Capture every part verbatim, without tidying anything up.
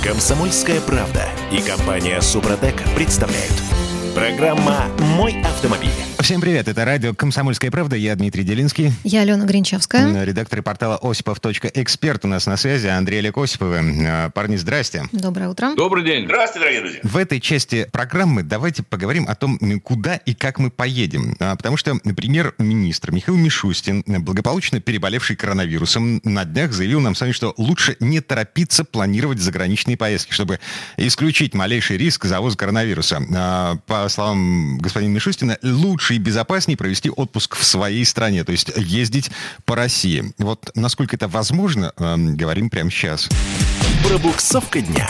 Комсомольская правда и компания «Супротек» представляют. Программа «Мой автомобиль». Всем привет, это радио «Комсомольская правда», я Дмитрий Делинский. Я Алена Гринчевская. Редактор портала осипов точка эксперт у нас на связи, Андрей Олег Осиповы. Парни, здрасте. Доброе утро. Добрый день. Здравствуйте, дорогие друзья. В этой части программы давайте поговорим о том, куда и как мы поедем. Потому что премьер-министр Михаил Мишустин, благополучно переболевший коронавирусом, на днях заявил нам с вами, что лучше не торопиться планировать заграничные поездки, чтобы исключить малейший риск завоза коронавируса. По словам господина Мишустина, лучше и безопаснее провести отпуск в своей стране, то есть ездить по России. Вот насколько это возможно, э, говорим прямо сейчас. Пробуксовка дня.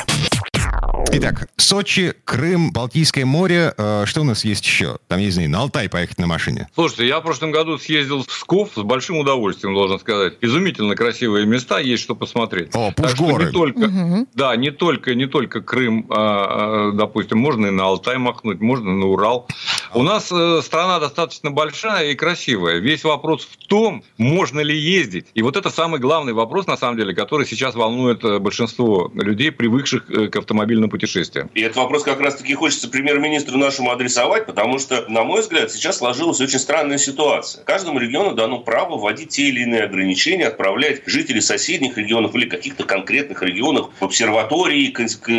Итак, Сочи, Крым, Балтийское море. Э, что у нас есть еще? Там, я не знаю, на Алтай поехать на машине. Слушайте, я в прошлом году съездил в Псков с большим удовольствием, должен сказать. Изумительно красивые места, есть что посмотреть. О, так что Пушгоры. не только, Угу. да, не только, не только Крым, а, а, допустим, можно и на Алтай махнуть, можно на Урал. У нас э, страна достаточно большая и красивая. Весь вопрос в том, можно ли ездить. И вот это самый главный вопрос, на самом деле, который сейчас волнует большинство людей, привыкших к автомобильным путешествиям. И этот вопрос как раз-таки хочется премьер-министру нашему адресовать, потому что, на мой взгляд, сейчас сложилась очень странная ситуация. Каждому региону дано право вводить те или иные ограничения, отправлять жителей соседних регионов или каких-то конкретных регионов в обсерватории,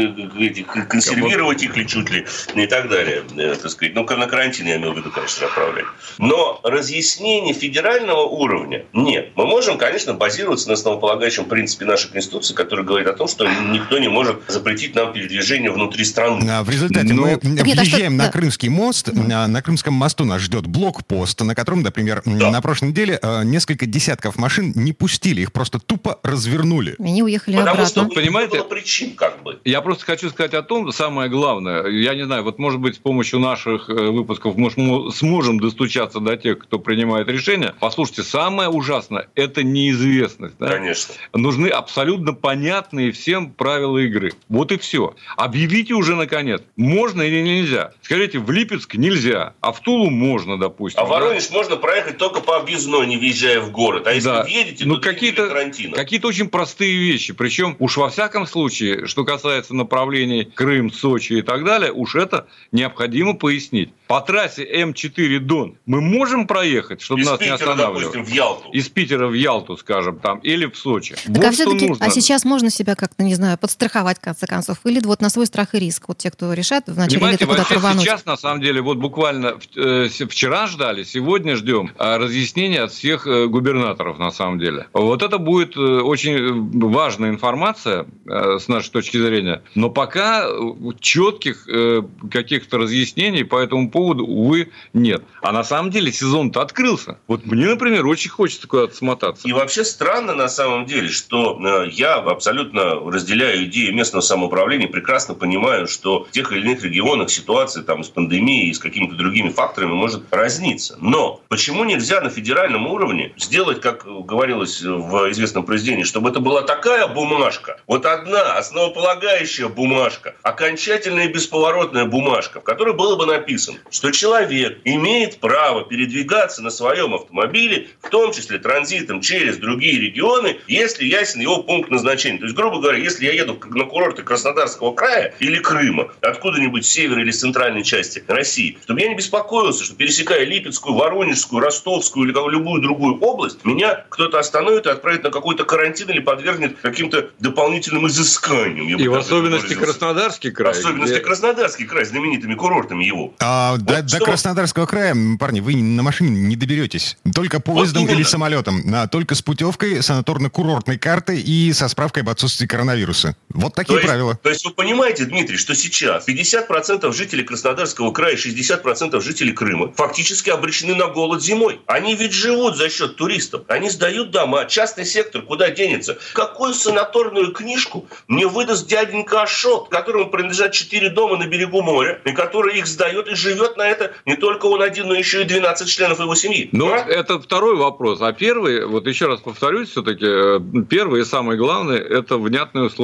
консервировать их ли чуть ли и так далее. Так сказать. Ну, на карантин я имел в виду, конечно, отправлять. Но разъяснений федерального уровня нет. Мы можем, конечно, базироваться на основополагающем принципе нашей Конституции, который говорит о том, что никто не может запретить нам передвижение внутри страны. В результате Но... мы Нет, въезжаем а что... на да. Крымский мост. На Крымском мосту нас ждет блокпост, на котором, например, да. на прошлой неделе несколько десятков машин не пустили. Их просто тупо развернули. Они уехали Потому обратно. что Понимаете? не было причин, как бы. Я просто хочу сказать о том, самое главное, я не знаю, вот может быть с помощью наших выпусков мы сможем достучаться до тех, кто принимает решения. Послушайте, самое ужасное – это неизвестность. Да? Конечно. Нужны абсолютно понятные всем правила игры. Вот и все. Объявите уже, наконец, можно или нельзя. Скажите, в Липецк нельзя, а в Тулу можно, допустим. А в Воронеж да? можно проехать только по объездной, не въезжая в город. А если да. въедете, ну, то какие-то, карантина. Какие-то очень простые вещи. Причем уж во всяком случае, что касается направлений Крым, Сочи и так далее, уж это необходимо пояснить. По трассе эм четыре Дон мы можем проехать, чтобы Из нас Питера, не останавливали? допустим, в Ялту. Из Питера в Ялту, скажем, там, или в Сочи. Так, вот а все-таки, нужно. а сейчас можно себя как-то, не знаю, подстраховать, в конце концов, или вот на свой страх и риск, вот те, кто решат в начале Понимаете, лета куда-то вообще рвануть. сейчас, на самом деле, вот буквально э, вчера ждали, сегодня ждем разъяснения от всех э, губернаторов, на самом деле. Вот это будет э, очень важная информация э, с нашей точки зрения, но пока четких э, каких-то разъяснений по этому поводу, увы, нет. А на самом деле сезон-то открылся. Вот мне, например, очень хочется куда-то смотаться. И вообще странно на самом деле, что э, я абсолютно разделяю идеи местного самоуправления, прекрасно понимаю, что в тех или иных регионах ситуация там, с пандемией и с какими-то другими факторами может разниться. Но почему нельзя на федеральном уровне сделать, как говорилось в известном произведении, чтобы это была такая бумажка, вот одна основополагающая бумажка, окончательная и бесповоротная бумажка, в которой было бы написано, что человек имеет право передвигаться на своем автомобиле, в том числе транзитом через другие регионы, если ясен его пункт назначения. То есть, грубо говоря, если я еду на курорты Краснодарского края или Крыма, откуда-нибудь с севера или с центральной части России, чтобы я не беспокоился, что пересекая Липецкую, Воронежскую, Ростовскую или любую другую область, меня кто-то остановит и отправит на какой-то карантин или подвергнет каким-то дополнительным изысканиям. И в особенности Краснодарский край. В особенности где... Краснодарский край, знаменитыми курортами его. А, вот до, до Краснодарского края, парни, вы на машине не доберетесь. Только поездом вот или самолетом. А, только с путевкой, санаторно-курортной картой и со справкой об отсутствии коронавируса. Вот такие то правила. Есть, то есть вы понимаете, Дмитрий, что сейчас пятьдесят процентов жителей Краснодарского края и шестьдесят процентов жителей Крыма фактически обречены на голод зимой. Они ведь живут за счет туристов. Они сдают дома. Частный сектор куда денется? Какую санаторную книжку мне выдаст дяденька Ашот, которому принадлежат четыре дома на берегу моря, и который их сдает и живет на это не только он один, но еще и двенадцать членов его семьи? Ну, а? это второй вопрос. А первый, вот еще раз повторюсь, все-таки, первый и самый главный, это внятные условия передвижения.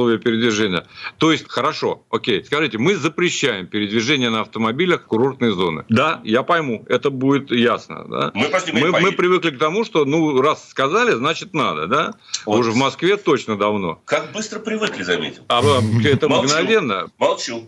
передвижения. То есть, хорошо, окей, скажите, мы запрещаем передвижение на автомобилях в курортные зоны. Да, я пойму, это будет ясно. Да? Мы, мы, мы привыкли к тому, что, ну, раз сказали, значит надо, да? Вот. Уже в Москве точно давно. Как быстро привыкли, заметил. А это мгновенно. Молчу.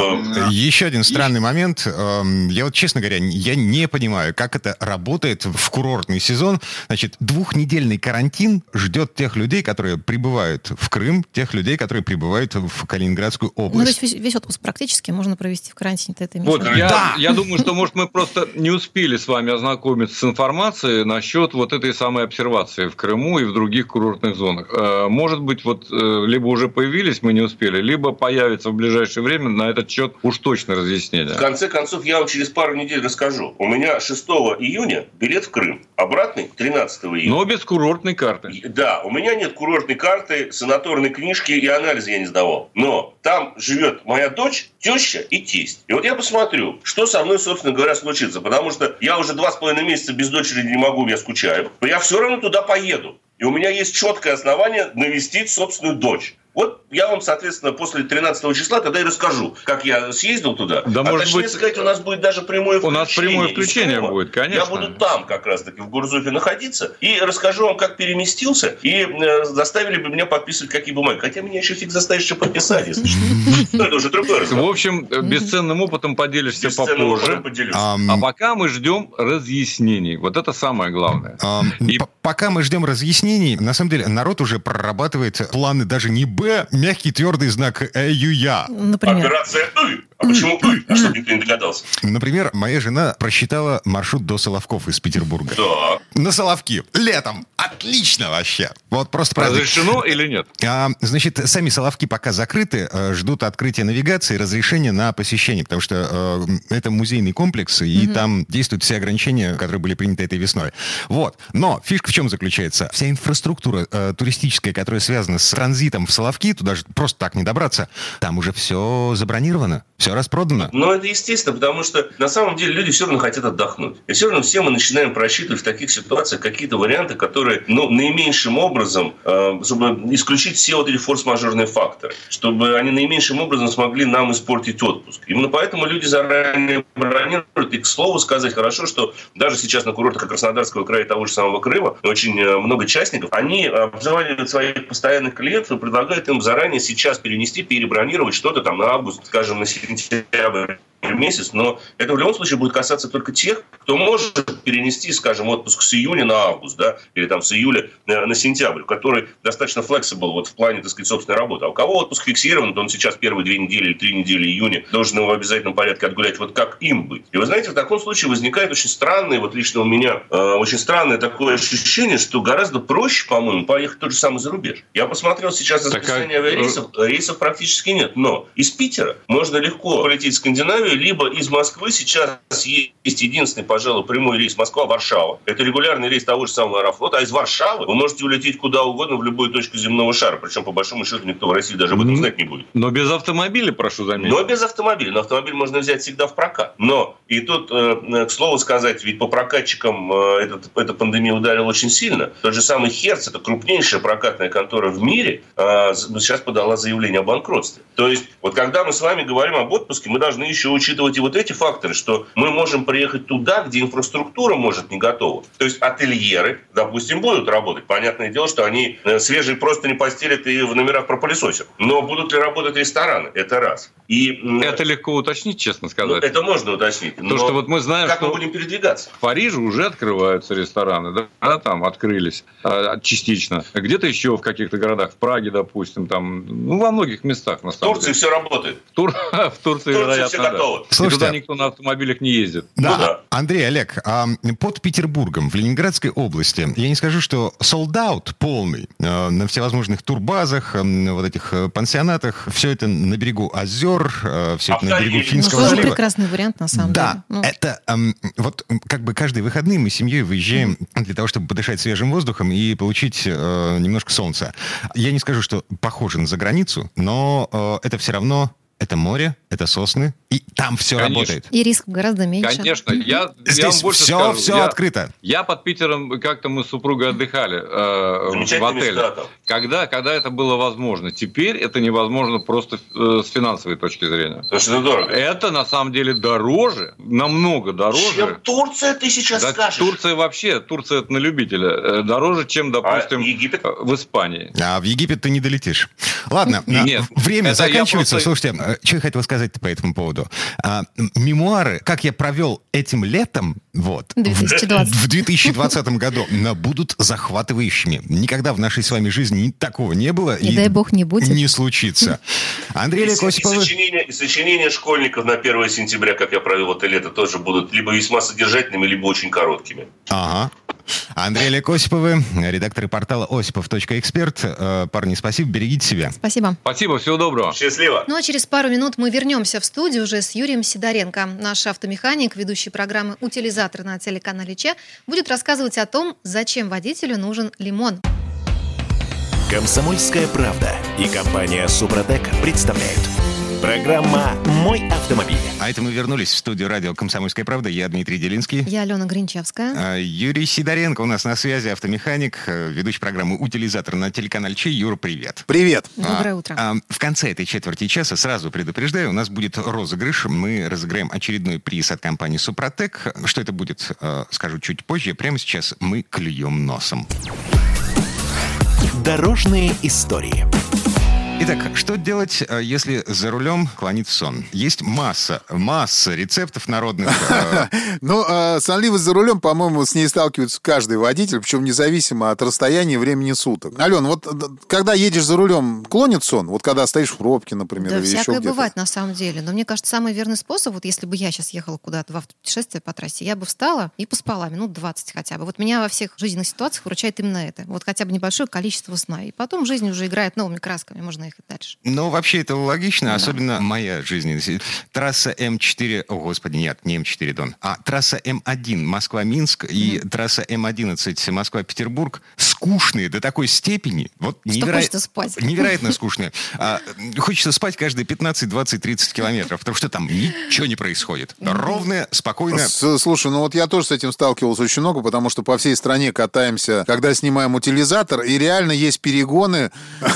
Еще один странный момент. Я вот, честно говоря, я не понимаю, как это работает в курортный сезон. Значит, двухнедельный карантин ждет тех людей, которые прибывают в Крым, тех людей, которые прибывают в Калининградскую область. Ну, то есть весь, весь отпуск практически можно провести в карантине. Это вот, я, да. я думаю, что, может, мы просто не успели с вами ознакомиться с информацией насчет вот этой самой обсервации в Крыму и в других курортных зонах. Может быть, вот либо уже появились, мы не успели, либо появится в ближайшее время на этот счет уж точно разъяснение. В конце концов, я вам через пару недель расскажу. У меня шестого июня билет в Крым. Обратный тринадцатого июня. Но без курортной карты. Да, у меня нет курортной карты, санаторной книжки и анализы я не сдавал. Но там живет моя дочь, теща и тесть. И вот я посмотрю, что со мной, собственно говоря, случится. Потому что я уже два с половиной месяца без дочери не могу, я скучаю. Но я все равно туда поеду. И у меня есть четкое основание навестить собственную дочь. Вот я вам, соответственно, после тринадцатого числа тогда и расскажу, как я съездил туда. Да, а может точнее быть, сказать, у нас будет даже прямое включение. У нас прямое включение будет, конечно. Я буду там как раз-таки в Гурзуфе находиться и расскажу вам, как переместился, и э, заставили бы меня подписывать какие бумаги. Хотя меня еще фиг заставишь что подписать, если что. Это уже другой разговор. В общем, бесценным опытом поделишься попозже. А пока мы ждем разъяснений. Вот это самое главное. Пока мы ждем разъяснений, на самом деле, народ уже прорабатывает планы даже не Б, мягкий твердый знак «Ю-Я». Например. Операция «Ы». А почему «Ы»? А чтобы никто не догадался. Например, моя жена просчитала маршрут до Соловков из Петербурга. Да. На Соловки. Летом. Отлично вообще. Вот просто разрешено или нет? А, значит, сами Соловки пока закрыты, ждут открытия навигации и разрешения на посещение, потому что э, это музейный комплекс, и mm-hmm. там действуют все ограничения, которые были приняты этой весной. Вот. Но фишка в чем заключается? Вся инфраструктура э, туристическая, которая связана с транзитом в Соловки, туда же просто так не добраться, там уже все забронировано, все распродано. Но это естественно, потому что на самом деле люди все равно хотят отдохнуть. И все равно все мы начинаем просчитывать в таких ситуациях какие-то варианты, которые, ну, наименьшим образом, э, чтобы исключить все вот эти форс-мажорные факторы, чтобы они наименьшим образом смогли нам испортить отпуск. Именно поэтому люди заранее бронируют. И, к слову сказать, хорошо, что даже сейчас на курортах Краснодарского края и того же самого Крыма очень много частников, они обзванивают своих постоянных клиентов и предлагают им заранее сейчас перенести, перебронировать что-то там на август, скажем, на сентябрь месяц, но это в любом случае будет касаться только тех, кто может перенести, скажем, отпуск с июня на август, да, или там с июля на сентябрь, который достаточно flexible вот в плане, так сказать, собственной работы. А у кого отпуск фиксирован, то он сейчас первые две недели или три недели июня должен его в обязательном порядке отгулять. Вот как им быть? И вы знаете, в таком случае возникает очень странное, вот лично у меня, э, очень странное такое ощущение, что гораздо проще, по-моему, поехать тот же самый за рубеж. Я посмотрел сейчас расписание авиарейсов, рейсов практически нет, но из Питера можно легко полететь в Скандинавию, либо из Москвы сейчас есть единственный, пожалуй, прямой рейс Москва-Варшава. Это регулярный рейс того же самого Аэрофлота. А из Варшавы вы можете улететь куда угодно в любую точку земного шара. Причем, по большому счету, никто в России даже об этом знать не будет. Но без автомобиля, прошу заметить. Но без автомобиля. Но автомобиль можно взять всегда в прокат. Но и тут, э, к слову сказать, ведь по прокатчикам э, этот, эта пандемия ударила очень сильно. Тот же самый Hertz, это крупнейшая прокатная контора в мире, э, сейчас подала заявление о банкротстве. То есть, вот когда мы с вами говорим об отпуске, мы должны еще учитывать и вот эти факторы, что мы можем приехать туда, где инфраструктура может не готова. То есть ательеры, допустим, будут работать. Понятное дело, что они свежие просто не постелят и в номерах пропылесосят. Но будут ли работать рестораны? Это раз. И, это легко уточнить, честно сказать. Ну, это можно уточнить. То, что вот мы знаем, как что мы будем передвигаться? В Париже уже открываются рестораны, да, да, там открылись а, частично. Где-то еще в каких-то городах, в Праге, допустим, там, ну, во многих местах, на самом деле. В Турции все работает. В, Тур... в Турции, вероятно, все готово. Да. И туда никто на автомобилях не ездит. Да, ну, да. Андрей, Олег, а под Петербургом, в Ленинградской области, я не скажу, что sold-out полный, э, на всевозможных турбазах, э, вот этих э, пансионатах, все это на берегу озер, э, все это на берегу Финского ну, залива. Это прекрасный вариант, на самом да, деле. Да, ну. это э, вот как бы каждые выходные мы с семьей выезжаем mm. для того, чтобы подышать свежим воздухом и получить э, немножко солнца. Я не скажу, что похоже на заграницу, но э, это все равно это море, это сосны, и там все Конечно. работает. И риск гораздо меньше. Конечно. Я, Здесь я вам больше все, скажу. все я, открыто. Я под Питером, как-то мы с супругой отдыхали э, в отеле. Когда, когда это было возможно. Теперь это невозможно просто э, с финансовой точки зрения. Потому что это дорого. Это на самом деле дороже, намного дороже. Чем Турция, ты сейчас да, скажешь? Турция вообще, Турция это на любителя. Дороже, чем, допустим, а Египет? в Испании. А в Египет ты не долетишь. Ладно, Нет, время заканчивается. просто... Слушайте, что я хотел сказать по этому поводу. А, мемуары, как я провел этим летом, вот, две тысячи двадцатом. в две тысячи двадцатом году, будут захватывающими. Никогда в нашей с вами жизни такого не было. И, и дай бог не будет. Не случится. Андрей Олег Осипов. И сочинения, и сочинения школьников на первое сентября, как я провел это лето, тоже будут либо весьма содержательными, либо очень короткими. Ага. Андрей Олег Осиповы, редакторы портала осипов точка эксперт. Парни, спасибо, берегите себя. Спасибо. Спасибо, всего доброго. Счастливо. Ну а через пару минут мы вернемся в студию уже с Юрием Сидоренко. Наш автомеханик, ведущий программы «Утилизатор» на телеканале Че, будет рассказывать о том, зачем водителю нужен лимон. «Комсомольская правда» и компания «Супротек» представляют. Программа «Мой автомобиль». А это мы вернулись в студию радио «Комсомольская правда». Я Дмитрий Делинский. Я Алена Гринчевская. Юрий Сидоренко у нас на связи, автомеханик, ведущий программы «Утилизатор» на телеканале Че. Юра, привет. Привет. Доброе утро. А, а, в конце этой четверти часа, сразу предупреждаю, у нас будет розыгрыш. Мы разыграем очередной приз от компании «Супротек». Что это будет, скажу чуть позже. Прямо сейчас мы клюем носом. Дорожные истории. Итак, что делать, если за рулем клонит в сон? Есть масса, масса рецептов народных. Ну, сонливость за рулем, по-моему, с ней сталкивается каждый водитель, причем независимо от расстояния и времени суток. Ален, вот когда едешь за рулем, клонит сон? Вот когда стоишь в пробке, например, Да, или еще всякое где-то? бывает на самом деле. Но мне кажется, самый верный способ, вот если бы я сейчас ехала куда-то в автопутешествие по трассе, я бы встала и поспала минут двадцать хотя бы. Вот меня во всех жизненных ситуациях выручает именно это. Вот хотя бы небольшое количество сна. И потом жизнь уже играет новыми красками, можно ехать дальше. Ну, вообще это логично, Да. особенно моя жизнь. Трасса эм четыре, о, господи, нет, не эм четыре, Дон, а трасса эм один Москва-Минск и Мгм. трасса эм одиннадцать Москва-Петербург скучные до такой степени. Вот Что неверо- хочется спать. Невероятно скучные. А, хочется спать каждые пятнадцать, двадцать, тридцать километров, потому что там ничего не происходит. Ровно, спокойно. С- Слушай, ну вот я тоже с этим сталкивался очень много, потому что по всей стране катаемся, когда снимаем утилизатор, и реально есть перегоны,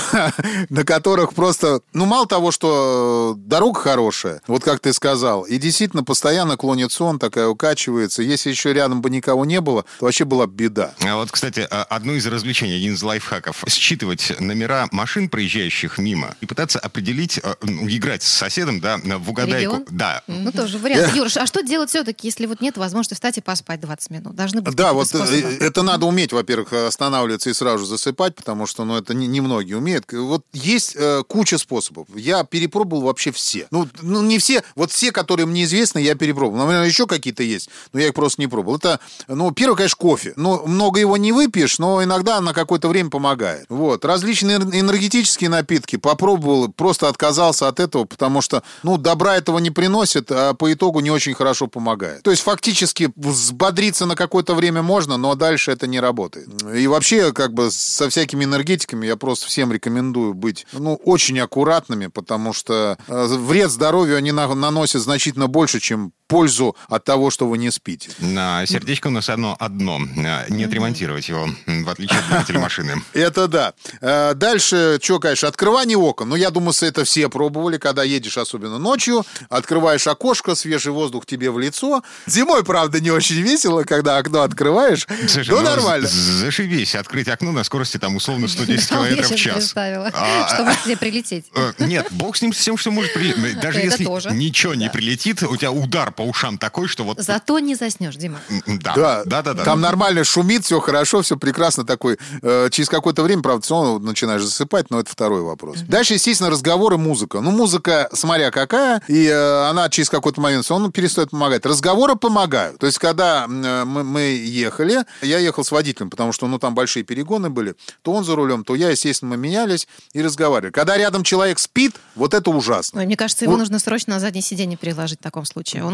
на которых просто, ну мало того, что дорога хорошая, вот как ты сказал, и действительно постоянно клонит сон, такая укачивается. Если еще рядом бы никого не было, то вообще была бы беда. А вот, кстати, а, одно из развлечений, один из лайфхаков, считывать номера машин, проезжающих мимо, и пытаться определить, а, ну, играть с соседом, да, в угадайку. Регион? Да. Ну, тоже вариант. Юр, а что делать все-таки, если вот нет возможности встать и поспать двадцать минут? Должны быть Да, какие-то вот способы. э, это надо уметь, во-первых, останавливаться и сразу же засыпать, потому что, ну, это не, не многие умеют. Вот есть э, куча способов. Я перепробовал вообще все. Ну, ну, не все. Вот все, которые мне известны, я перепробовал. Наверное, еще какие-то есть, но я их просто не пробовал. Это, ну, первое, конечно, кофе. Ну, много его не выпьешь, но иногда на какое-то время помогает. Вот. Различные энергетические напитки попробовал, просто отказался от этого, потому что, ну, добра этого не приносит, а по итогу не очень хорошо помогает. То есть, фактически, взбодриться на какое-то время можно, но дальше это не работает. И вообще, как бы, со всякими энергетиками я просто всем рекомендую быть, ну, очень аккуратными, потому что э, вред здоровью они на- наносят значительно больше, чем пользу от того, что вы не спите. На сердечко у нас одно одно. а, Не отремонтировать его, м, в отличие от двигателя машины. Это да. Э, Дальше, что, конечно, открывание окон. Ну, я думаю, это все пробовали, когда едешь, особенно ночью. Открываешь окошко, свежий воздух тебе в лицо. Зимой, правда, не очень весело, когда окно открываешь. Слушай, Ну, ну, нормально. з- Зашибись, открыть окно на скорости там условно сто десять Я километров в сейчас час. представила, А, что может тебе прилететь. Э, Нет, бог с ним, с тем, что может прилететь. Даже Это если тоже. ничего не прилетит, у тебя удар по ушам такой, что вот... Зато не заснешь, Дима. м, Да, Да, да, да. да. Там нормально шумит, все хорошо, все прекрасно такой. Э, через какое-то время, правда, все равно начинаешь засыпать, но это второй вопрос. Дальше, естественно, разговоры, музыка. Ну, музыка, смотря какая, и э, она через какой-то момент все равно перестает помогать. Разговоры помогают. То есть, когда э, мы, мы ехали, я ехал с водителем, потому что, ну, там большие перегоны были, то он за рулем, то я, естественно, мы менялись и разговаривали. Когда рядом человек спит, вот это ужасно. Ой, мне кажется, его Вот. нужно срочно на заднее сиденье переложить в таком случае. Он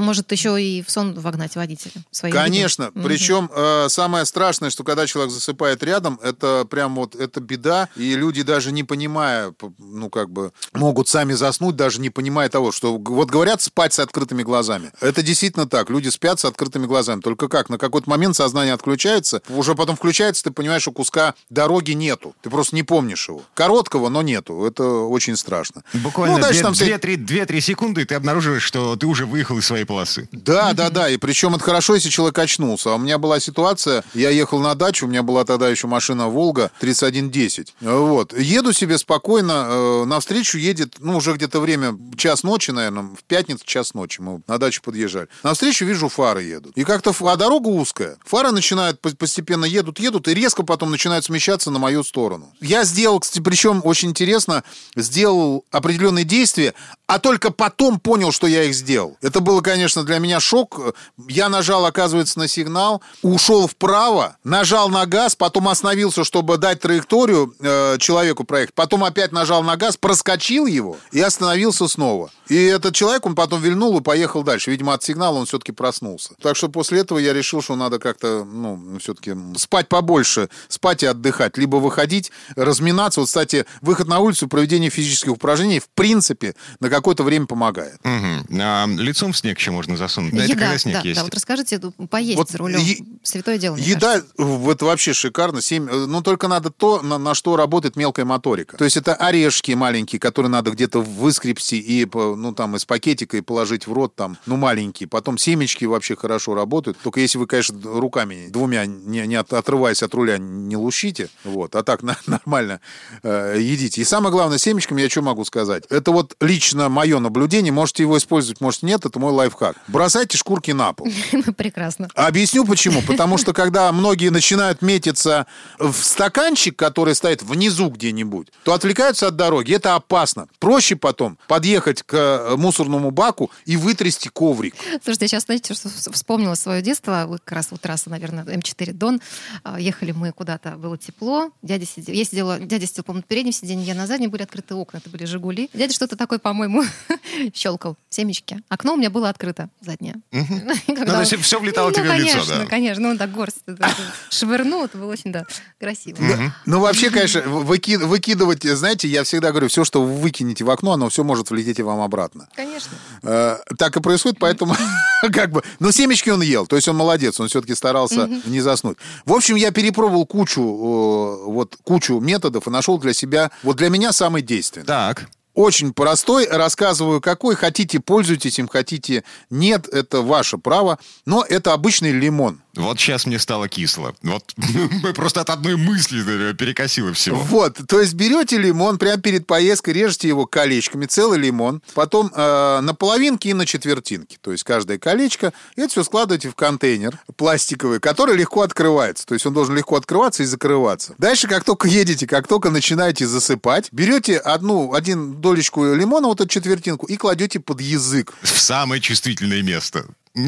может еще и в сон вогнать водителя. Конечно. Видом. Причем э, самое страшное, что когда человек засыпает рядом, это прям вот это беда, и люди даже не понимая, ну как бы, могут сами заснуть, даже не понимая того, что вот говорят спать с открытыми глазами. Это действительно так. Люди спят с открытыми глазами. Только как? На какой-то момент сознание отключается, уже потом включается, ты понимаешь, что куска дороги нету. Ты просто не помнишь его. Короткого, но нету. Это очень страшно. Буквально ну, две-три секунды, и ты обнаруживаешь, что ты уже выехал из своей полосы. Да, да, да. И причем это хорошо, если человек очнулся. А у меня была ситуация, я ехал на дачу, у меня была тогда еще машина «Волга» тридцать один десять. Вот. Еду себе спокойно, э, навстречу едет, ну, уже где-то время, час ночи, наверное, в пятницу час ночи мы на дачу подъезжали. Навстречу вижу, фары едут. И как-то, а дорога узкая. Фары начинают постепенно едут, едут, и резко потом начинают смещаться на мою сторону. Я сделал, кстати, причем очень интересно, сделал определенные действия, а только потом понял, что я их сделал. Это было, конечно, для меня шок. Я нажал, оказывается, на сигнал, ушел вправо, нажал на газ, потом остановился, чтобы дать траекторию э, человеку проехать. Потом опять нажал на газ, проскочил его и остановился снова. И этот человек, он потом вильнул и поехал дальше. Видимо, от сигнала он все-таки проснулся. Так что после этого я решил, что надо как-то, ну, все-таки спать побольше, спать и отдыхать. Либо выходить, разминаться. Вот, кстати, выход на улицу, проведение физических упражнений, в принципе, на какое-то время помогает. Угу. А лицом в снег еще можно засунуть. Да, еда, это когда снег да, есть. да, вот расскажите, поесть вот за рулем. Е- Святое дело, мне еда, кажется. это вообще шикарно. Семь, ну, только надо то, на, на что работает мелкая моторика. То есть это орешки маленькие, которые надо где-то выскребсти и, ну, там, из пакетика и положить в рот, там, ну, маленькие. Потом семечки вообще хорошо работают. Только если вы, конечно, руками двумя, не, не от, отрываясь от руля, не лущите, вот, а так на, нормально э, едите. И самое главное, семечками я что могу сказать? Это вот лично мое наблюдение. Можете его использовать, может, нет. Это мой лайфхак. Бросайте шкурки на пол. Прекрасно. Объясню почему. Потому что когда многие начинают метиться в стаканчик, который стоит внизу где-нибудь, то отвлекаются от дороги. Это опасно. Проще потом подъехать к мусорному баку и вытрясти коврик. Слушайте, я сейчас, знаете, что вспомнила свое детство. Вы как раз вот трасса, наверное, эм четыре Дон. Ехали мы куда-то, было тепло. Дядя сидел, я сидела, дядя сидел, по-моему, на переднем сиденье, я на заднем, были открыты окна, это были «Жигули». Дядя что-то такое, по-моему, щелкал, семечки. Окно у меня было открыто заднее. Ну, то есть все влетало тебе в лицо, да? Конечно, конечно. Ну, он так горсть швырнул, это было очень, да, красиво. Ну, вообще, конечно, выкидывать, знаете, я всегда говорю, все, что вы выкинете в окно, оно все может влететь и вам обратно. Конечно. Так и происходит, поэтому как бы... Но семечки он ел, то есть он молодец, он все-таки старался не заснуть. В общем, я перепробовал кучу, вот, кучу методов и нашел для себя, вот для меня самый действенный. Так. Очень простой, рассказываю какой. Хотите, пользуйтесь им, хотите, нет, это ваше право. Но это обычный лимон. Вот сейчас мне стало кисло. Вот просто от одной мысли перекосило всего. Вот, то есть берете лимон прямо перед поездкой, режете его колечками, целый лимон, потом э, на половинки и на четвертинки. То есть каждое колечко, и это все складываете в контейнер пластиковый, который легко открывается. То есть он должен легко открываться и закрываться. Дальше, как только едете, как только начинаете засыпать, берете одну, один долечку лимона, вот эту четвертинку, и кладете под язык. В самое чувствительное место.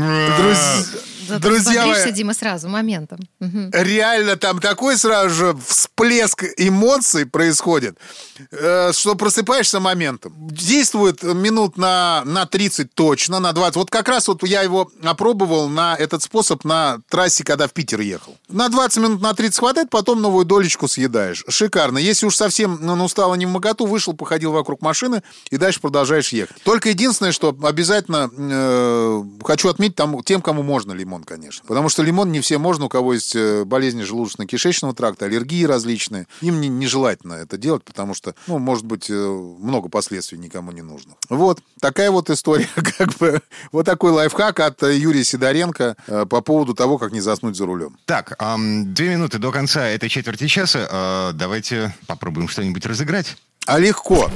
Друзья, друзья мои, Дима, сразу, моментом. Угу. Реально там такой сразу же всплеск эмоций происходит, что просыпаешься моментом. Действует минут на, на тридцать точно, на двадцать. Вот как раз вот я его опробовал на этот способ на трассе, когда в Питер ехал. На двадцать минут, на тридцать хватает, потом новую долечку съедаешь. Шикарно. Если уж совсем ну, стало не в моготу, вышел, походил вокруг машины и дальше продолжаешь ехать. Только единственное, что обязательно э, хочу отметить, там, тем, кому можно лимон, конечно. Потому что лимон не все можно, у кого есть болезни желудочно-кишечного тракта, аллергии различные. Им не, нежелательно это делать, потому что, ну, может быть, много последствий никому не нужно. Вот, такая вот история, как бы, вот такой лайфхак от Юрия Сидоренко по поводу того, как не заснуть за рулем. Так, эм, две минуты до конца этой четверти часа. Э, давайте попробуем что-нибудь разыграть. А легко.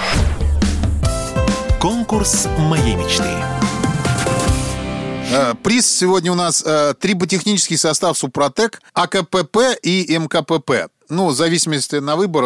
Конкурс моей мечты. Приз сегодня у нас э, триботехнический состав «Супротек», АКПП и МКПП. Ну, в зависимости на выбор,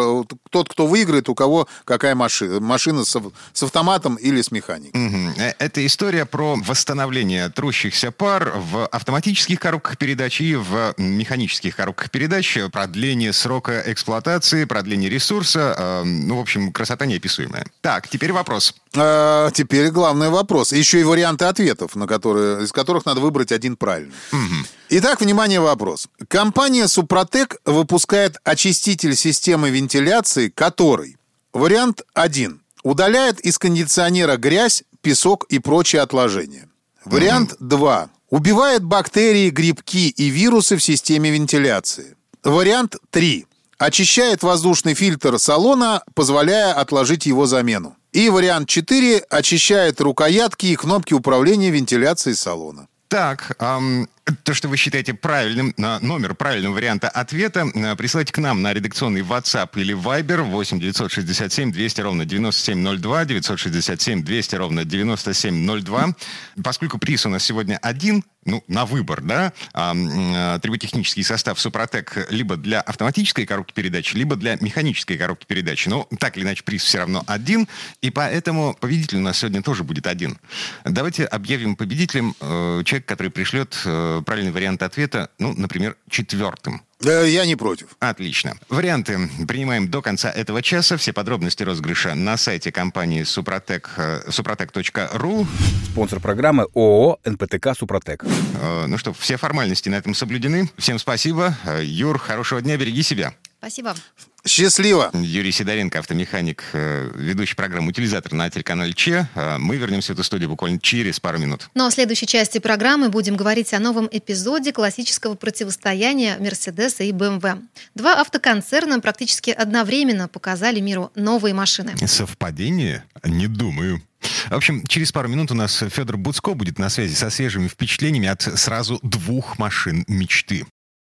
тот, кто выиграет, у кого какая машина. Машина с, с автоматом или с механикой. Угу. Это история про восстановление трущихся пар в автоматических коробках передач и в механических коробках передач, продление срока эксплуатации, продление ресурса. Э, ну, в общем, красота неописуемая. Так, теперь вопрос. А, теперь главный вопрос. Еще и варианты ответов, на которые, из которых надо выбрать один правильный. Угу. Итак, внимание, вопрос. Компания «Супротек» выпускает очиститель системы вентиляции, который, вариант один, удаляет из кондиционера грязь, песок и прочие отложения. Вариант два, убивает бактерии, грибки и вирусы в системе вентиляции. Вариант три, очищает воздушный фильтр салона, позволяя отложить его замену. И вариант четыре, очищает рукоятки и кнопки управления вентиляцией салона. Так, эм, то, что вы считаете правильным, номер правильного варианта ответа, присылайте к нам на редакционный WhatsApp или Viber восемь девятьсот шестьдесят семь двести ровно девяносто семь ноль два, девятьсот шестьдесят семь двести ровно девяносто семь ноль два. Поскольку приз у нас сегодня один, ну, на выбор, да, триботехнический состав «Супротек» либо для автоматической коробки передач, либо для механической коробки передач. Но так или иначе приз все равно один, и поэтому победитель у нас сегодня тоже будет один. Давайте объявим победителем э, человека, который пришлет э, правильный вариант ответа, ну, например, четвертым. Да, я не против. Отлично. Варианты принимаем до конца этого часа. Все подробности розыгрыша на сайте компании Супротек, супротек точка ру. Спонсор программы ООО эн пэ тэ ка «Супротек». Ну что, все формальности на этом соблюдены. Всем спасибо. Юр, хорошего дня, береги себя. Спасибо. Счастливо. Юрий Сидоренко, автомеханик, ведущий программу «Утилизатор» на телеканале Че. Мы вернемся в эту студию буквально через пару минут. Ну а в следующей части программы будем говорить о новом эпизоде классического противостояния Мерседеса и бэ эм вэ. Два автоконцерна практически одновременно показали миру новые машины. Совпадение? Не думаю. В общем, через пару минут у нас Федор Буцко будет на связи со свежими впечатлениями от сразу двух машин мечты.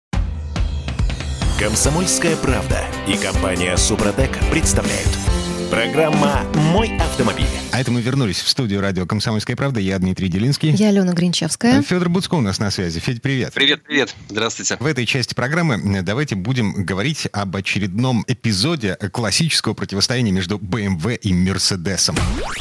«Комсомольская правда» и компания «Супротек» представляют. Программа «Мой автомобиль». А это мы вернулись в студию радио «Комсомольская правда». Я Дмитрий Делинский. Я Алена Гринчевская. Федор Буцко у нас на связи. Федь, привет. Привет, привет. Здравствуйте. В этой части программы давайте будем говорить об очередном эпизоде классического противостояния между бэ эм вэ и Мерседесом.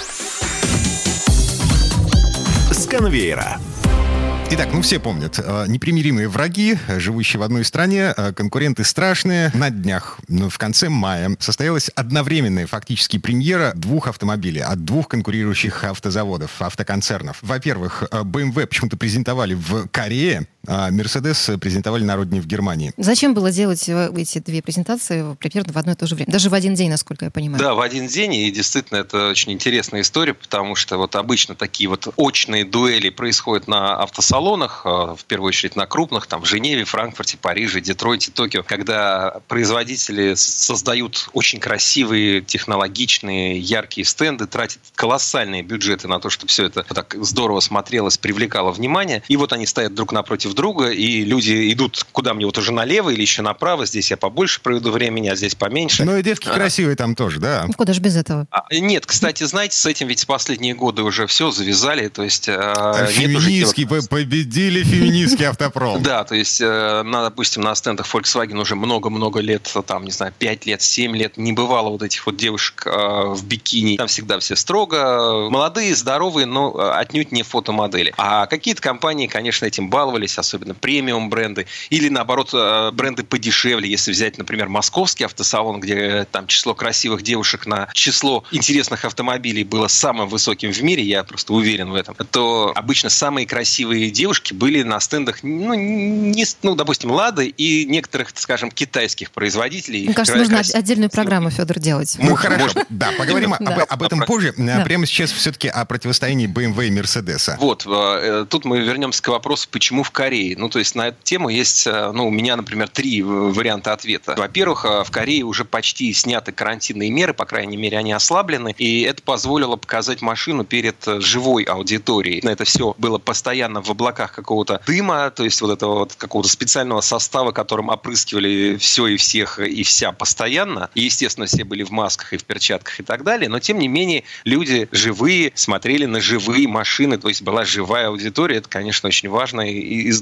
С конвейера. Итак, ну все помнят, непримиримые враги, живущие в одной стране, конкуренты страшные. На днях, ну, в конце мая, состоялась одновременная фактически премьера двух автомобилей от двух конкурирующих автозаводов, автоконцернов. Во-первых, бэ эм вэ почему-то презентовали в Корее, а Мерседес презентовали на родине в Германии. Зачем было делать эти две презентации примерно в одно и то же время? Даже в один день, насколько я понимаю. Да, в один день, и действительно это очень интересная история, потому что вот обычно такие вот очные дуэли происходят на автосалонах, в первую очередь на крупных, там в Женеве, Франкфурте, Париже, Детройте, Токио, когда производители создают очень красивые, технологичные, яркие стенды, тратят колоссальные бюджеты на то, чтобы все это так здорово смотрелось, привлекало внимание. И вот они стоят друг напротив друга, и люди идут, куда мне вот уже налево или еще направо, здесь я побольше проведу времени, а здесь поменьше. Ну и девки а. красивые там тоже, да. Ну, куда же без этого? А, нет, кстати, знаете, с этим ведь в последние годы уже все завязали, то есть... А, феминистский, по- победили феминистский автопром. Да, то есть, на, допустим, на стендах Volkswagen уже много-много лет, там, не знаю, пять лет, семь лет не бывало вот этих вот девушек в бикини. Там всегда все строго, молодые, здоровые, но отнюдь не фотомодели. А какие-то компании, конечно, этим баловались, особенно премиум бренды, или наоборот бренды подешевле, если взять, например, московский автосалон, где там число красивых девушек на число интересных автомобилей было самым высоким в мире, я просто уверен в этом, то обычно самые красивые девушки были на стендах, ну, не, ну допустим, Лады и некоторых, скажем, китайских производителей. Мне кажется, нужно красивых. Отдельную программу, Федор, делать. Ну, хорошо, да, поговорим об, об этом позже. Прямо сейчас все-таки о противостоянии бэ эм вэ и Мерседеса. Вот, тут мы вернемся к вопросу, почему в Корее. Ну, то есть на эту тему есть, ну, у меня, например, три варианта ответа. Во-первых, в Корее уже почти сняты карантинные меры, по крайней мере, они ослаблены, и это позволило показать машину перед живой аудиторией. Это все было постоянно в облаках какого-то дыма, то есть вот этого вот какого-то специального состава, которым опрыскивали все и всех и вся постоянно. И, естественно, все были в масках и в перчатках и так далее, но, тем не менее, люди живые смотрели на живые машины, то есть была живая аудитория, это, конечно, очень важно и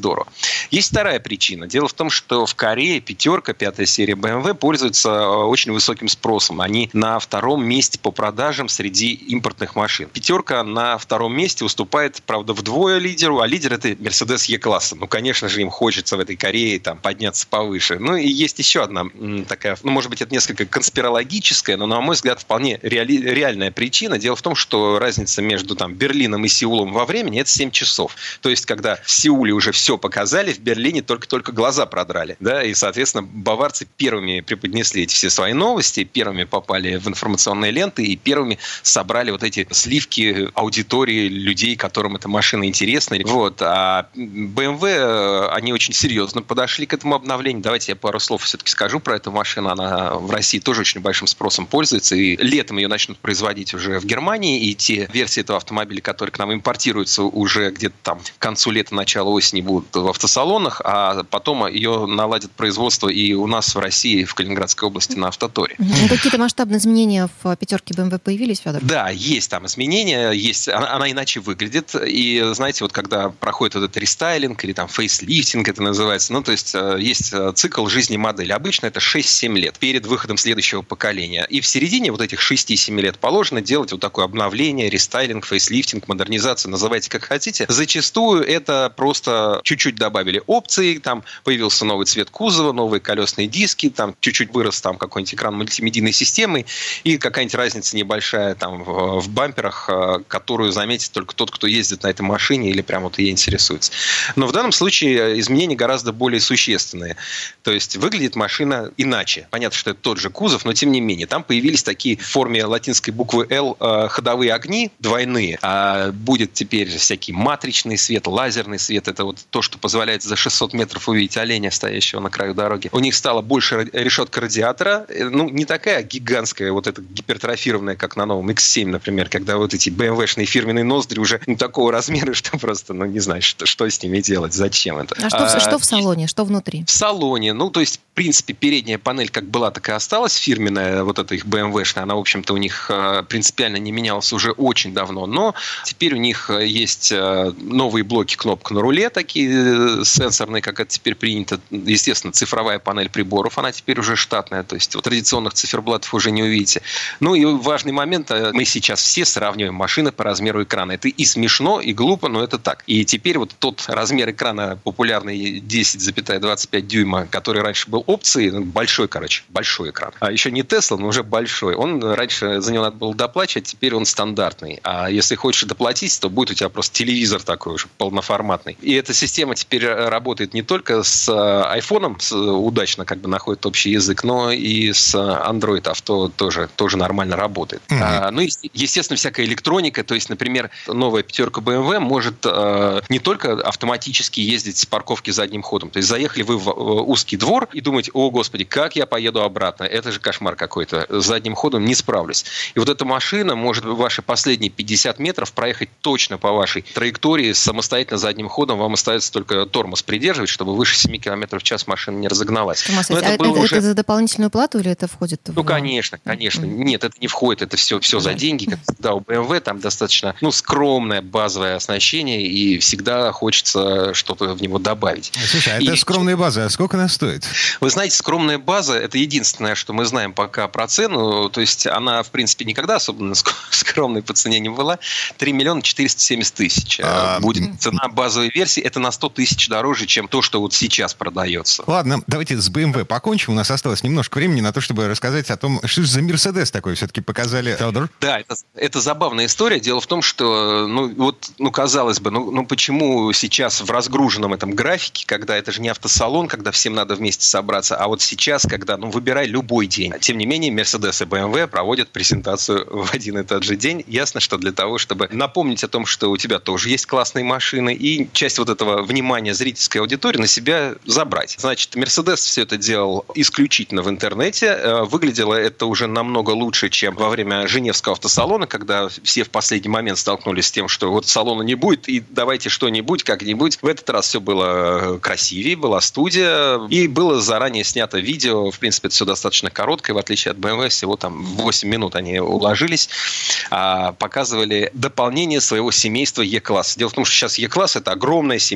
здорово. Есть вторая причина. Дело в том, что в Корее пятерка, пятая серия бэ эм вэ, пользуется очень высоким спросом. Они на втором месте по продажам среди импортных машин. Пятерка на втором месте уступает, правда, вдвое лидеру, а лидер — это Mercedes E-класса. Ну, конечно же, им хочется в этой Корее там подняться повыше. Ну, и есть еще одна такая, ну, может быть, это несколько конспирологическая, но, на мой взгляд, вполне реали- реальная причина. Дело в том, что разница между там Берлином и Сеулом во времени — это семь часов. То есть, когда в Сеуле уже все показали, в Берлине только-только глаза продрали. Да? И, соответственно, баварцы первыми преподнесли эти все свои новости, первыми попали в информационные ленты и первыми собрали вот эти сливки аудитории людей, которым эта машина интересна. Вот. А бэ эм вэ, они очень серьезно подошли к этому обновлению. Давайте я пару слов все-таки скажу про эту машину. Она в России тоже очень большим спросом пользуется. И летом ее начнут производить уже в Германии. И те версии этого автомобиля, которые к нам импортируются уже где-то там к концу лета, начало осени, будут в автосалонах. А потом ее наладят производство и у нас в России, в Калининградской области, на Автоторе. Mm-hmm. Какие-то масштабные изменения в пятерке бэ эм вэ появились, Федор? Да, есть там изменения. Есть, она, она иначе выглядит. И, знаете, вот когда проходит вот этот рестайлинг или там фейслифтинг это называется, ну, то есть есть цикл жизни модели. Обычно это шесть-семь лет перед выходом следующего поколения. И в середине вот этих шесть-семь лет положено делать вот такое обновление, рестайлинг, фейслифтинг, модернизацию, называйте как хотите. Зачастую это просто чуть-чуть добавили опций, там появился новый цвет кузова, новые колесные диски, там чуть-чуть вырос там какой-нибудь экран мультимедийной системы и какая-нибудь разница небольшая там в, в бамперах, которую заметит только тот, кто ездит на этой машине или прям вот ей интересуется. Но в данном случае изменения гораздо более существенные. То есть выглядит машина иначе. Понятно, что это тот же кузов, но тем не менее. Там появились такие в форме латинской буквы «Л» ходовые огни двойные. А будет теперь всякий матричный свет, лазерный свет. Это вот то, что позволяет за шестьсот метров увидеть оленя, стоящего на краю дороги. У них стала больше решетка радиатора. Ну, не такая гигантская, вот эта гипертрофированная, как на новом икс семь, например, когда вот эти бэ эм вэ-шные фирменные ноздри уже ну, такого размера, что просто, ну, не знаю, что, что с ними делать, зачем это. А что, а, что в салоне, что внутри? В салоне, ну, то есть, в принципе, передняя панель как была, так и осталась фирменная, вот эта их бэ эм вэ-шная, она, в общем-то, у них принципиально не менялась уже очень давно, но теперь у них есть новые блоки кнопок на руле, такие сенсорные, как это теперь принято. Естественно, цифровая панель приборов, она теперь уже штатная, то есть вот традиционных циферблатов уже не увидите. Ну и важный момент, мы сейчас все сравниваем машины по размеру экрана. Это и смешно, и глупо, но это так. И теперь вот тот размер экрана популярный десять целых двадцать пять дюйма, который раньше был опцией, большой, короче, большой экран. А еще не Tesla, но уже большой. Он раньше за него надо было доплачивать, теперь он стандартный. А если хочешь доплатить, то будет у тебя просто телевизор такой уже полноформатный. И эта система теперь работает не только с айфоном, удачно как бы находит общий язык, но и с Android Auto тоже, тоже нормально работает. Mm-hmm. А, ну и, естественно, всякая электроника, то есть, например, новая пятерка бэ эм вэ может э, не только автоматически ездить с парковки задним ходом. То есть заехали вы в э, узкий двор и думаете: о, господи, как я поеду обратно? Это же кошмар какой-то. С задним ходом не справлюсь. И вот эта машина может ваши последние пятьдесят метров проехать точно по вашей траектории самостоятельно задним ходом. Вам остается только тормоз придерживать, чтобы выше семь километров в час машина не разогналась. Томас, это, это, это, уже... это за дополнительную плату или это входит? Ну, в... конечно, конечно. Mm-hmm. Нет, это не входит. Это все, все за деньги. Как всегда у бэ эм вэ там достаточно ну, скромное базовое оснащение, и всегда хочется что-то в него добавить. Слушай, а и... это скромная база. А сколько она стоит? Вы знаете, скромная база – это единственное, что мы знаем пока про цену. То есть она, в принципе, никогда особенно скромной по цене не была. три миллиона четыреста семьдесят тысяч а... будет цена базовой версии. Это на сто тысяч дороже, чем то, что вот сейчас продается. Ладно, давайте с бэ эм вэ покончим. У нас осталось немножко времени на то, чтобы рассказать о том, что же за Мерседес такой все-таки показали. Федор? Да, это, это забавная история. Дело в том, что, ну, вот, ну, казалось бы, ну, ну, почему сейчас в разгруженном этом графике, когда это же не автосалон, когда всем надо вместе собраться, а вот сейчас, когда, ну, выбирай любой день. Тем не менее, Mercedes и бэ эм вэ проводят презентацию в один и тот же день. Ясно, что для того, чтобы напомнить о том, что у тебя тоже есть классные машины, и часть вот этого внимания зрительской аудитории на себя забрать. Значит, Mercedes все это делал исключительно в интернете. Выглядело это уже намного лучше, чем во время Женевского автосалона, когда все в последний момент столкнулись с тем, что вот салона не будет, и давайте что-нибудь, как-нибудь. В этот раз все было красивее, была студия, и было заранее снято видео. В принципе, это все достаточно короткое, в отличие от бэ эм вэ, всего там восемь минут они уложились. Показывали дополнение своего семейства E-класса. Дело в том, что сейчас E-класс — это огромное семейство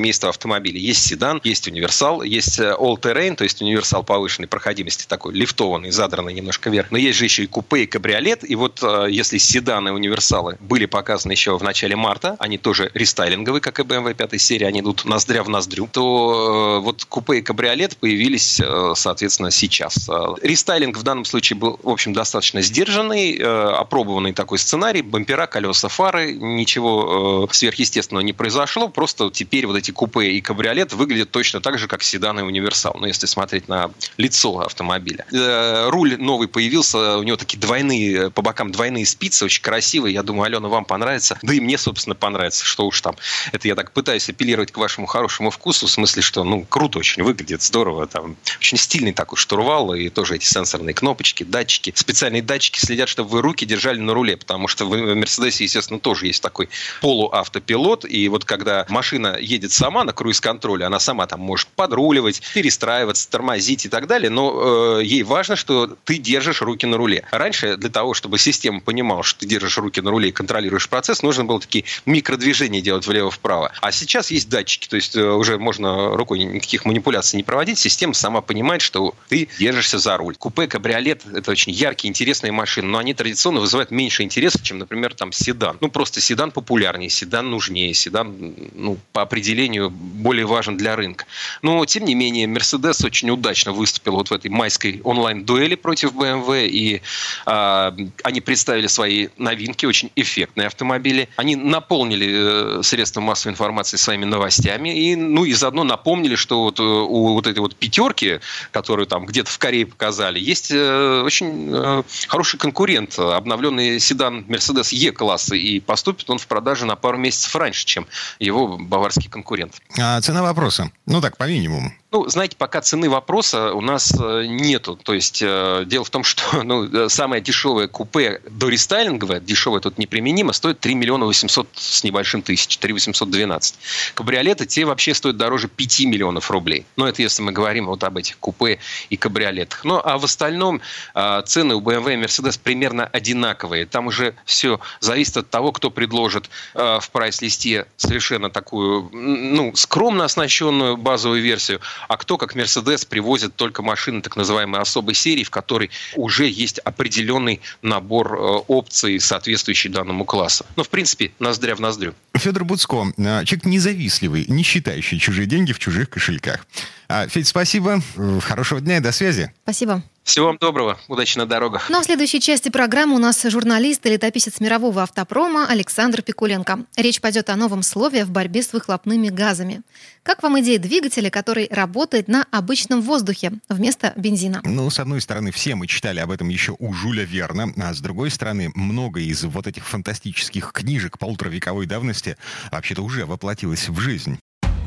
семейства автомобилей. Есть седан, есть универсал, есть all-terrain, то есть универсал повышенной проходимости, такой лифтованный, задранный немножко вверх. Но есть же еще и купе, и кабриолет. И вот если седаны и универсалы были показаны еще в начале марта, они тоже рестайлинговые, как и бэ эм вэ пятой серии, они идут ноздря в ноздрю, то вот купе и кабриолет появились, соответственно, сейчас. Рестайлинг в данном случае был, в общем, достаточно сдержанный, опробованный такой сценарий. Бампера, колеса, фары, ничего сверхъестественного не произошло. Просто теперь вот эти купе и кабриолет выглядят точно так же, как седан и универсал. Ну, если смотреть на лицо автомобиля. Руль новый появился, у него такие двойные, по бокам двойные спицы, очень красивые. Я думаю, Алена, вам понравится. Да и мне, собственно, понравится. Что уж там. Это я так пытаюсь апеллировать к вашему хорошему вкусу, в смысле, что, ну, круто очень выглядит, здорово. Там очень стильный такой штурвал, и тоже эти сенсорные кнопочки, датчики. Специальные датчики следят, чтобы вы руки держали на руле, потому что в Мерседесе, естественно, тоже есть такой полуавтопилот, и вот когда машина едет сама на круиз-контроле, она сама там может подруливать, перестраиваться, тормозить и так далее, но э, ей важно, что ты держишь руки на руле. Раньше для того, чтобы система понимала, что ты держишь руки на руле и контролируешь процесс, нужно было такие микродвижения делать влево-вправо. А сейчас есть датчики, то есть э, уже можно рукой никаких манипуляций не проводить, система сама понимает, что ты держишься за руль. Купе, кабриолет — это очень яркие, интересные машины, но они традиционно вызывают меньше интереса, чем, например, там седан. Ну, просто седан популярнее, седан нужнее, седан, ну, по определению более важен для рынка. Но, тем не менее, Mercedes очень удачно выступил вот в этой майской онлайн-дуэли против бэ эм вэ, и э, они представили свои новинки, очень эффектные автомобили. Они наполнили э, средства массовой информации своими новостями, и, ну, и заодно напомнили, что вот у вот этой вот пятерки, которую там где-то в Корее показали, есть э, очень э, хороший конкурент, обновленный седан Mercedes E-класса, и поступит он в продаже на пару месяцев раньше, чем его баварский конкурент. А цена вопроса? Ну так, по минимуму. Ну, знаете, пока цены вопроса у нас нету. То есть, э, дело в том, что ну, самое дешевое купе дорестайлинговое, дешевое тут неприменимо, стоит три миллиона восемьсот с небольшим тысяч, три миллиона восемьсот двенадцать. Кабриолеты, те вообще стоят дороже пяти миллионов рублей. Но это если мы говорим вот об этих купе и кабриолетах. Ну, а в остальном э, цены у бэ эм вэ и Mercedes примерно одинаковые. Там уже все зависит от того, кто предложит э, в прайс-листе совершенно такую, ну, скромно оснащенную базовую версию, а кто, как Mercedes, привозит только машины так называемой особой серии, в которой уже есть определенный набор опций, соответствующий данному классу. Но, в принципе, ноздря в ноздрю. Федор Буцко, человек независливый, не считающий чужие деньги в чужих кошельках. Федь, спасибо, хорошего дня и до связи. Спасибо. Всего вам доброго, удачи на дорогах. Ну а в следующей части программы у нас журналист и летописец мирового автопрома Александр Пикуленко. Речь пойдет о новом слове в борьбе с выхлопными газами. Как вам идея двигателя, который работает на обычном воздухе вместо бензина? Ну, с одной стороны, все мы читали об этом еще у Жюля Верна, а с другой стороны, много из вот этих фантастических книжек полуторавековой давности вообще-то уже воплотилось в жизнь.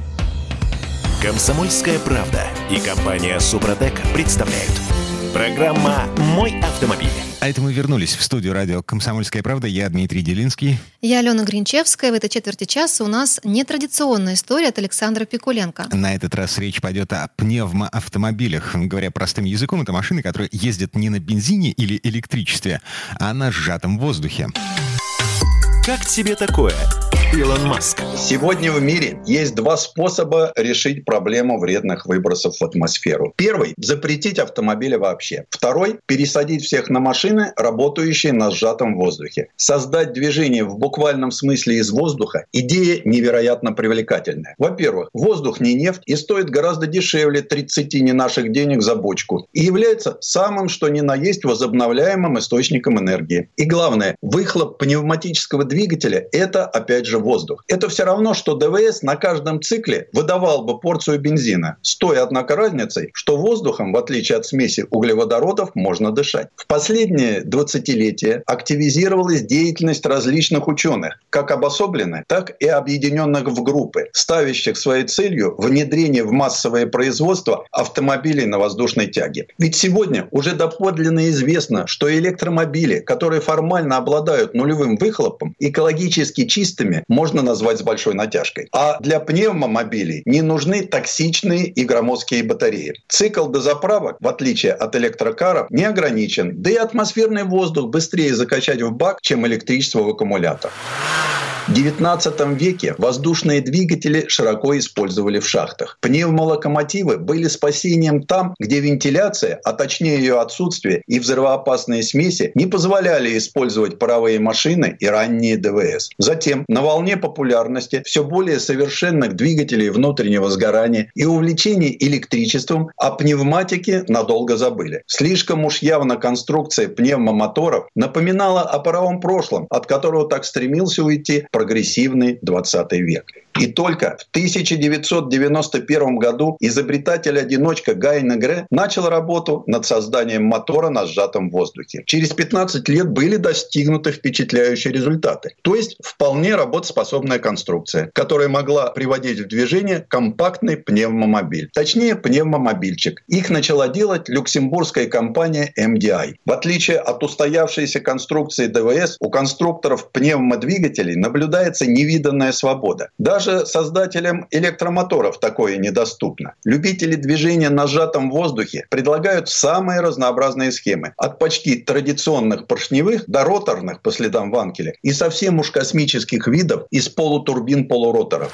«Комсомольская правда» и компания «Супротек» представляют. Программа «Мой автомобиль». А это мы вернулись в студию радио «Комсомольская правда». Я Дмитрий Делинский. Я Алена Гринчевская. В этой четверти часа у нас нетрадиционная история от Александра Пикуленко. На этот раз речь пойдет о пневмоавтомобилях. Говоря простым языком, это машины, которые ездят не на бензине или электричестве, а на сжатом воздухе. Как тебе такое, Илон Маск? Сегодня в мире есть два способа решить проблему вредных выбросов в атмосферу. Первый – запретить автомобили вообще. Второй – пересадить всех на машины, работающие на сжатом воздухе. Создать движение в буквальном смысле из воздуха – идея невероятно привлекательная. Во-первых, воздух не нефть и стоит гораздо дешевле тридцати не наших денег за бочку. И является самым что ни на есть возобновляемым источником энергии. И главное, выхлоп пневматического двигателя двигателя – это, опять же, воздух. Это все равно, что ДВС на каждом цикле выдавал бы порцию бензина, с той, однако, разницей, что воздухом, в отличие от смеси углеводородов, можно дышать. В последние двадцатилетия активизировалась деятельность различных ученых, как обособленных, так и объединенных в группы, ставящих своей целью внедрение в массовое производство автомобилей на воздушной тяге. Ведь сегодня уже доподлинно известно, что электромобили, которые формально обладают нулевым выхлопом, экологически чистыми можно назвать с большой натяжкой. А для пневмомобилей не нужны токсичные и громоздкие батареи. Цикл дозаправок, в отличие от электрокаров, не ограничен. Да и атмосферный воздух быстрее закачать в бак, чем электричество в аккумулятор. В девятнадцатом веке воздушные двигатели широко использовали в шахтах. Пневмолокомотивы были спасением там, где вентиляция, а точнее ее отсутствие, и взрывоопасные смеси не позволяли использовать паровые машины и ранние ДВС. Затем, на волне популярности все более совершенных двигателей внутреннего сгорания и увлечения электричеством, о пневматике надолго забыли. Слишком уж явно конструкция пневмомоторов напоминала о паровом прошлом, от которого так стремился уйти прогрессивный двадцатый век. И только в тысяча девятьсот девяносто первом году изобретатель-одиночка Гай Негре начал работу над созданием мотора на сжатом воздухе. Через пятнадцать лет были достигнуты впечатляющие результаты. То есть вполне работоспособная конструкция, которая могла приводить в движение компактный пневмомобиль. Точнее, пневмомобильчик. Их начала делать люксембургская компания эм ди ай. В отличие от устоявшейся конструкции ДВС, у конструкторов пневмодвигателей наблюдается невиданная свобода. Даже создателям электромоторов такое недоступно. Любители движения на сжатом воздухе предлагают самые разнообразные схемы. От почти традиционных поршневых до роторных по следам Ванкеля и совсем уж космических видов из полутурбин-полуроторов.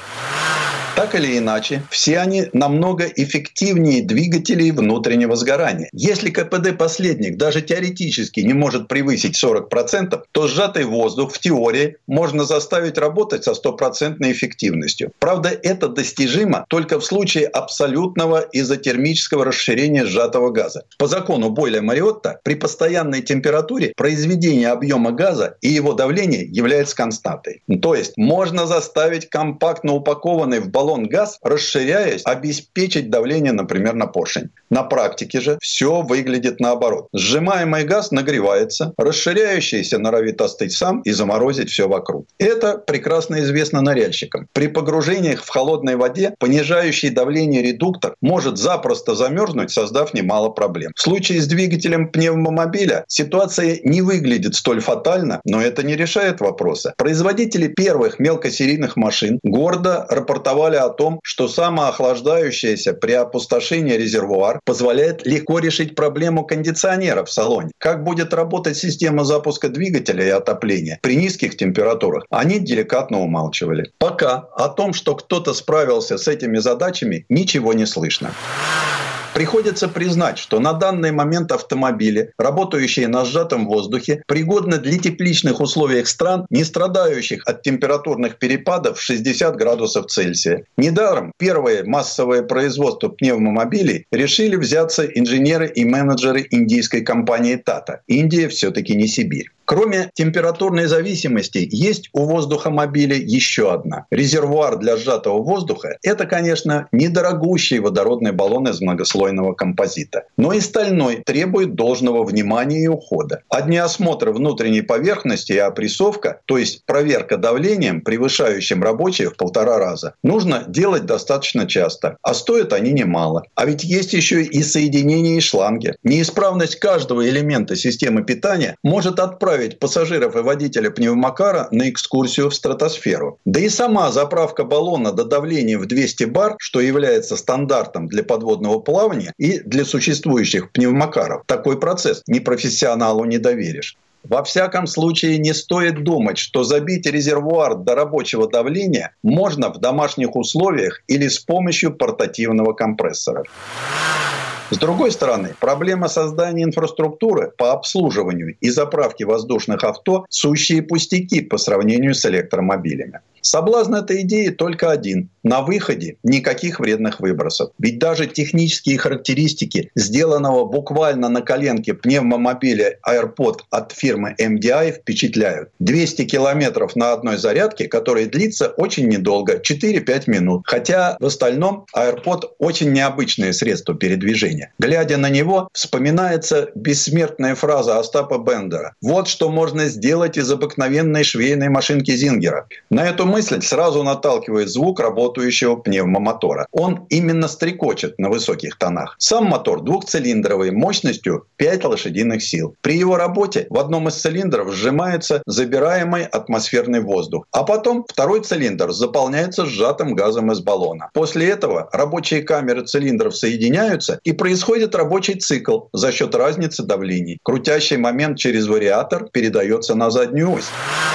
Так или иначе, все они намного эффективнее двигателей внутреннего сгорания. Если ка пэ дэ последних даже теоретически не может превысить сорок процентов, то сжатый воздух в теории можно заставить работать со стопроцентной эффективностью. Правда, это достижимо только в случае абсолютного изотермического расширения сжатого газа. По закону Бойля-Мариотта при постоянной температуре произведение объема газа и его давление является константой. То есть можно заставить компактно упакованный в баллон газ, расширяясь, обеспечить давление, например, на поршень. На практике же все выглядит наоборот. Сжимаемый газ нагревается, расширяющийся норовит остыть сам и заморозить все вокруг. Это прекрасно известно ныряльщикам. При погружениях в холодной воде понижающий давление редуктор может запросто замерзнуть, создав немало проблем. В случае с двигателем пневмомобиля ситуация не выглядит столь фатально, но это не решает вопроса. Производители первых мелкосерийных машин гордо рапортовали о том, что самоохлаждающийся при опустошении резервуар позволяет легко решить проблему кондиционера в салоне. Как будет работать система запуска двигателя и отопления при низких температурах, они деликатно умалчивали. Пока о том, что кто-то справился с этими задачами, ничего не слышно. Приходится признать, что на данный момент автомобили, работающие на сжатом воздухе, пригодны для тепличных условий стран, не страдающих от температурных перепадов в шестьдесят градусов Цельсия. Недаром первое массовое производство пневмомобилей решили взяться инженеры и менеджеры индийской компании Tata. Индия все-таки не Сибирь. Кроме температурной зависимости, есть у воздухомобиля еще одна. Резервуар для сжатого воздуха – это, конечно, недорогущий водородный баллон из многослойного композита. Но и стальной требует должного внимания и ухода. Одни осмотры внутренней поверхности и опрессовка, то есть проверка давлением, превышающим рабочее в полтора раза, нужно делать достаточно часто. А стоят они немало. А ведь есть еще и соединения и шланги. Неисправность каждого элемента системы питания может отправить пассажиров и водителя пневмокара на экскурсию в стратосферу. Да и сама заправка баллона до давления в двести бар, что является стандартом для подводного плавания и для существующих пневмокаров, такой процесс непрофессионалу не доверишь. Во всяком случае, не стоит думать, что забить резервуар до рабочего давления можно в домашних условиях или с помощью портативного компрессора. С другой стороны, проблема создания инфраструктуры по обслуживанию и заправке воздушных авто – сущие пустяки по сравнению с электромобилями. Соблазн этой идеи только один – на выходе никаких вредных выбросов. Ведь даже технические характеристики сделанного буквально на коленке пневмомобиля AirPod от фирмы эм ди ай впечатляют. двести километров на одной зарядке, которая длится очень недолго – четыре-пять минут. Хотя в остальном AirPod очень необычное средство передвижения. Глядя на него, вспоминается бессмертная фраза Остапа Бендера. Вот что можно сделать из обыкновенной швейной машинки Зингера. На эту мысль сразу наталкивает звук работающего пневмомотора. Он именно стрекочет на высоких тонах. Сам мотор двухцилиндровый, мощностью пять лошадиных сил. При его работе в одном из цилиндров сжимается забираемый атмосферный воздух. А потом второй цилиндр заполняется сжатым газом из баллона. После этого рабочие камеры цилиндров соединяются и происходит рабочий цикл за счет разницы давлений. Крутящий момент через вариатор передается на заднюю ось.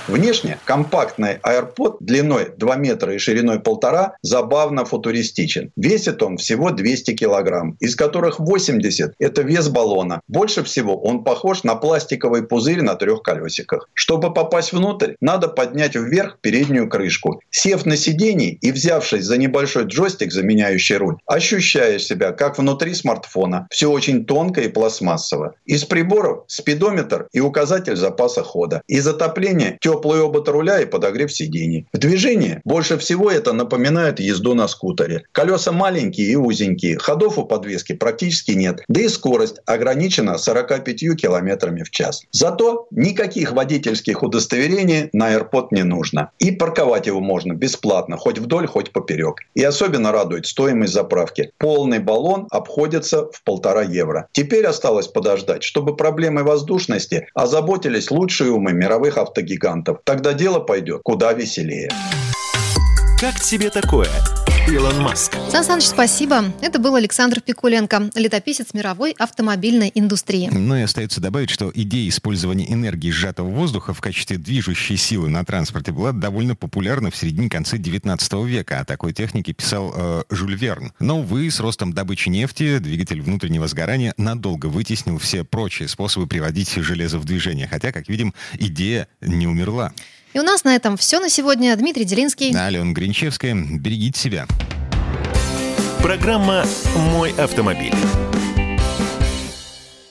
Внешне компактный AirPod длиной два метра и шириной полтора забавно футуристичен. Весит он всего двести килограмм, из которых восемьдесят – это вес баллона. Больше всего он похож на пластиковый пузырь на трех колесиках. Чтобы попасть внутрь, надо поднять вверх переднюю крышку. Сев на сиденье и взявшись за небольшой джойстик, заменяющий руль, ощущаешь себя как внутри смартфона. Все очень тонко и пластмассово. Из приборов спидометр и указатель запаса хода. Из отопления теплый обод руля и подогрев сидений. В движении больше всего это напоминает езду на скутере. Колеса маленькие и узенькие. Ходов у подвески практически нет. Да и скорость ограничена сорок пять километрами в час. Зато никаких водительских удостоверений на AirPod не нужно. И парковать его можно бесплатно. Хоть вдоль, хоть поперек. И особенно радует стоимость заправки. Полный баллон обходится в полтора евро. Теперь осталось подождать, чтобы проблемой воздушности озаботились лучшие умы мировых автогигантов. Тогда дело пойдет куда веселее. Как тебе такое, Илон Маск? Сан Саныч, спасибо. Это был Александр Пикуленко, летописец мировой автомобильной индустрии. Ну и остается добавить, что идея использования энергии сжатого воздуха в качестве движущей силы на транспорте была довольно популярна в середине-конце девятнадцатого века. О такой технике писал э, Жюль Верн. Но, увы, с ростом добычи нефти двигатель внутреннего сгорания надолго вытеснил все прочие способы приводить железо в движение. Хотя, как видим, идея не умерла. И у нас на этом все на сегодня. Дмитрий Делинский. Алена Гринчевская. Берегите себя. Программа «Мой автомобиль».